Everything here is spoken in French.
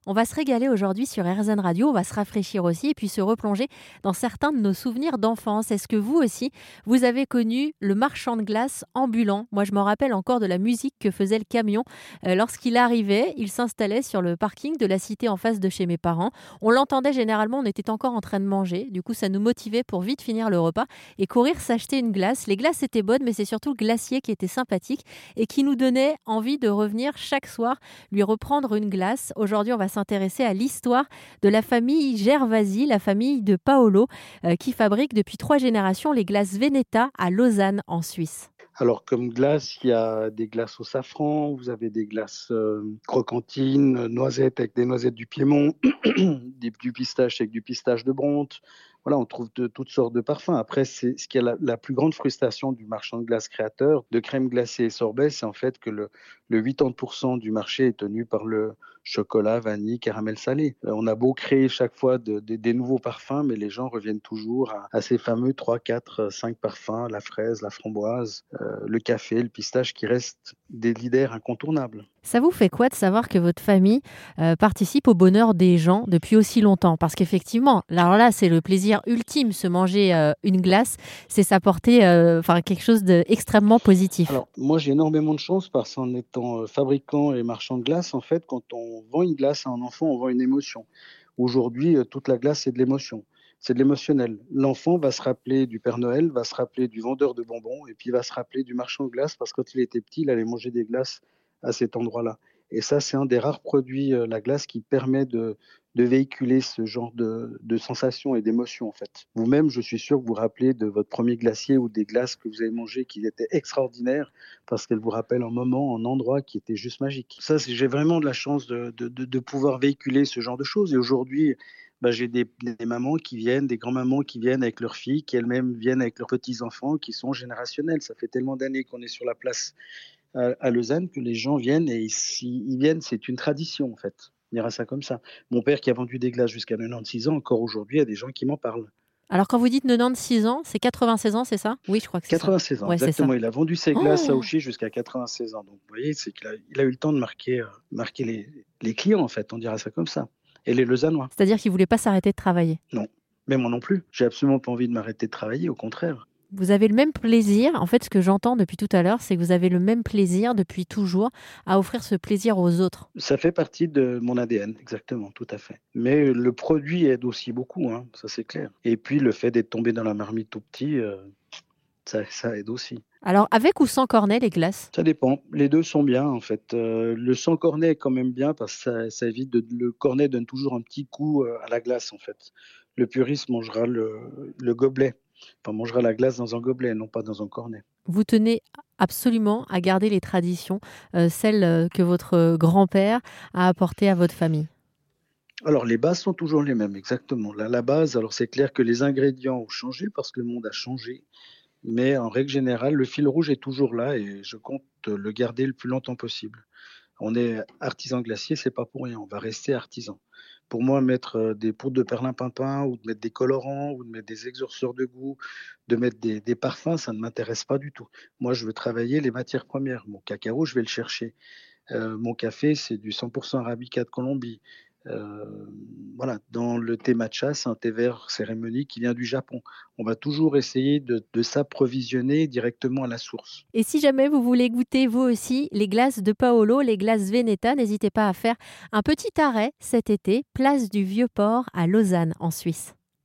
On va se régaler aujourd'hui sur RZN Radio, on va se rafraîchir aussi et puis se replonger dans certains de nos souvenirs d'enfance. Est-ce que vous aussi, vous avez connu le marchand de glace ambulant? Moi, je me rappelle encore de la musique que faisait le camion. Lorsqu'il arrivait, il s'installait sur le parking de la cité en face de chez mes parents. On l'entendait généralement, on était encore en train de manger. Du coup, ça nous motivait pour vite finir le repas et courir s'acheter une glace. Les glaces étaient bonnes, mais c'est surtout le glacier qui était sympathique et qui nous donnait envie de revenir chaque soir lui reprendre une glace. Aujourd'hui, on va s'intéresser à l'histoire de la famille Gervasi, la famille de Paolo, qui fabrique depuis 3 générations les glaces Veneta à Lausanne, en Suisse. Alors, comme glace, il y a des glaces au safran, vous avez des glaces croquantines, noisettes avec des noisettes du Piémont, du pistache avec du pistache de Bronte. Voilà, on trouve de toutes sortes de parfums. Après, c'est ce qui est la plus grande frustration du marchand de glace créateur de crème glacée et sorbet, c'est en fait que le 80% du marché est tenu par le chocolat, vanille, caramel salé. On a beau créer chaque fois des nouveaux parfums, mais les gens reviennent toujours à ces fameux 3, 4, 5 parfums, la fraise, la framboise, le café, le pistache, qui restent des leaders incontournables. Ça vous fait quoi de savoir que votre famille participe au bonheur des gens depuis aussi longtemps? Parce qu'effectivement, alors là, c'est le plaisir ultime, se manger une glace, c'est s'apporter quelque chose d'extrêmement positif. Alors, moi, j'ai énormément de chance parce qu'en étant fabricant et marchand de glace, en fait, quand on vend une glace à un enfant, on vend une émotion. Aujourd'hui, toute la glace, c'est de l'émotion. C'est de l'émotionnel. L'enfant va se rappeler du Père Noël, va se rappeler du vendeur de bonbons et puis va se rappeler du marchand de glace parce que quand il était petit, il allait manger des glaces à cet endroit-là. Et ça, c'est un des rares produits, la glace, qui permet de véhiculer ce genre de sensations et d'émotions, en fait. Vous-même, je suis sûr que vous vous rappelez de votre premier glacier ou des glaces que vous avez mangées qui étaient extraordinaires parce qu'elles vous rappellent un moment, un endroit qui était juste magique. Ça, j'ai vraiment de la chance de pouvoir véhiculer ce genre de choses. Et aujourd'hui, j'ai des mamans qui viennent, des grands-mamans qui viennent avec leurs filles, qui elles-mêmes viennent avec leurs petits-enfants, qui sont générationnels. Ça fait tellement d'années qu'on est sur la place à Lausanne que les gens viennent et s'ils viennent, c'est une tradition, en fait. On dira ça comme ça. Mon père qui a vendu des glaces jusqu'à 96 ans, encore aujourd'hui, il y a des gens qui m'en parlent. Alors quand vous dites 96 ans, c'est 96 ans, c'est ça? Oui, je crois que c'est ça. 96 ans, Ouais, c'est ça. exactement. Il a vendu ses glaces à Oh, Auchy jusqu'à 96 ans. Donc, vous voyez, c'est qu'il a eu le temps de marquer les clients, en fait. On dira ça comme ça. Et les Lausannois. c'est-à-dire qu'il ne voulait pas s'arrêter de travailler. Non. Mais moi non plus. J'ai absolument pas envie de m'arrêter de travailler, au contraire. Vous avez le même plaisir, en fait, ce que j'entends depuis tout à l'heure, c'est que vous avez le même plaisir depuis toujours à offrir ce plaisir aux autres. Ça fait partie de mon ADN, exactement, tout à fait. Mais le produit aide aussi beaucoup, hein, ça c'est clair. Et puis le fait d'être tombé dans la marmite tout petit, ça aide aussi. Alors, avec ou sans cornet, les glaces? Ça dépend. Les 2 sont bien, en fait. Le sans cornet est quand même bien parce que ça évite le cornet donne toujours un petit coup, à la glace, en fait. Le puriste mangera le gobelet, enfin mangera la glace dans un gobelet, non pas dans un cornet. Vous tenez absolument à garder les traditions, celles que votre grand-père a apportées à votre famille. Alors les bases sont toujours les mêmes, exactement. La base, alors c'est clair que les ingrédients ont changé parce que le monde a changé, mais en règle générale, le fil rouge est toujours là et je compte le garder le plus longtemps possible. On est artisan glacier, c'est pas pour rien, on va rester artisan. Pour moi, mettre, des poudres de perlimpinpin ou de mettre des colorants ou de mettre des exhausteurs de goût, de mettre des parfums, ça ne m'intéresse pas du tout. Moi, je veux travailler les matières premières. Mon cacao, je vais le chercher. Mon café, c'est du 100 arabica de Colombie. Heu, voilà, dans le thé matcha, c'est un thé vert cérémonique qui vient du Japon. On va toujours essayer de s'approvisionner directement à la source. Et si jamais vous voulez goûter vous aussi les glaces de Paolo, les glaces Veneta, n'hésitez pas à faire un petit arrêt cet été, place du Vieux-Port à Lausanne, en Suisse.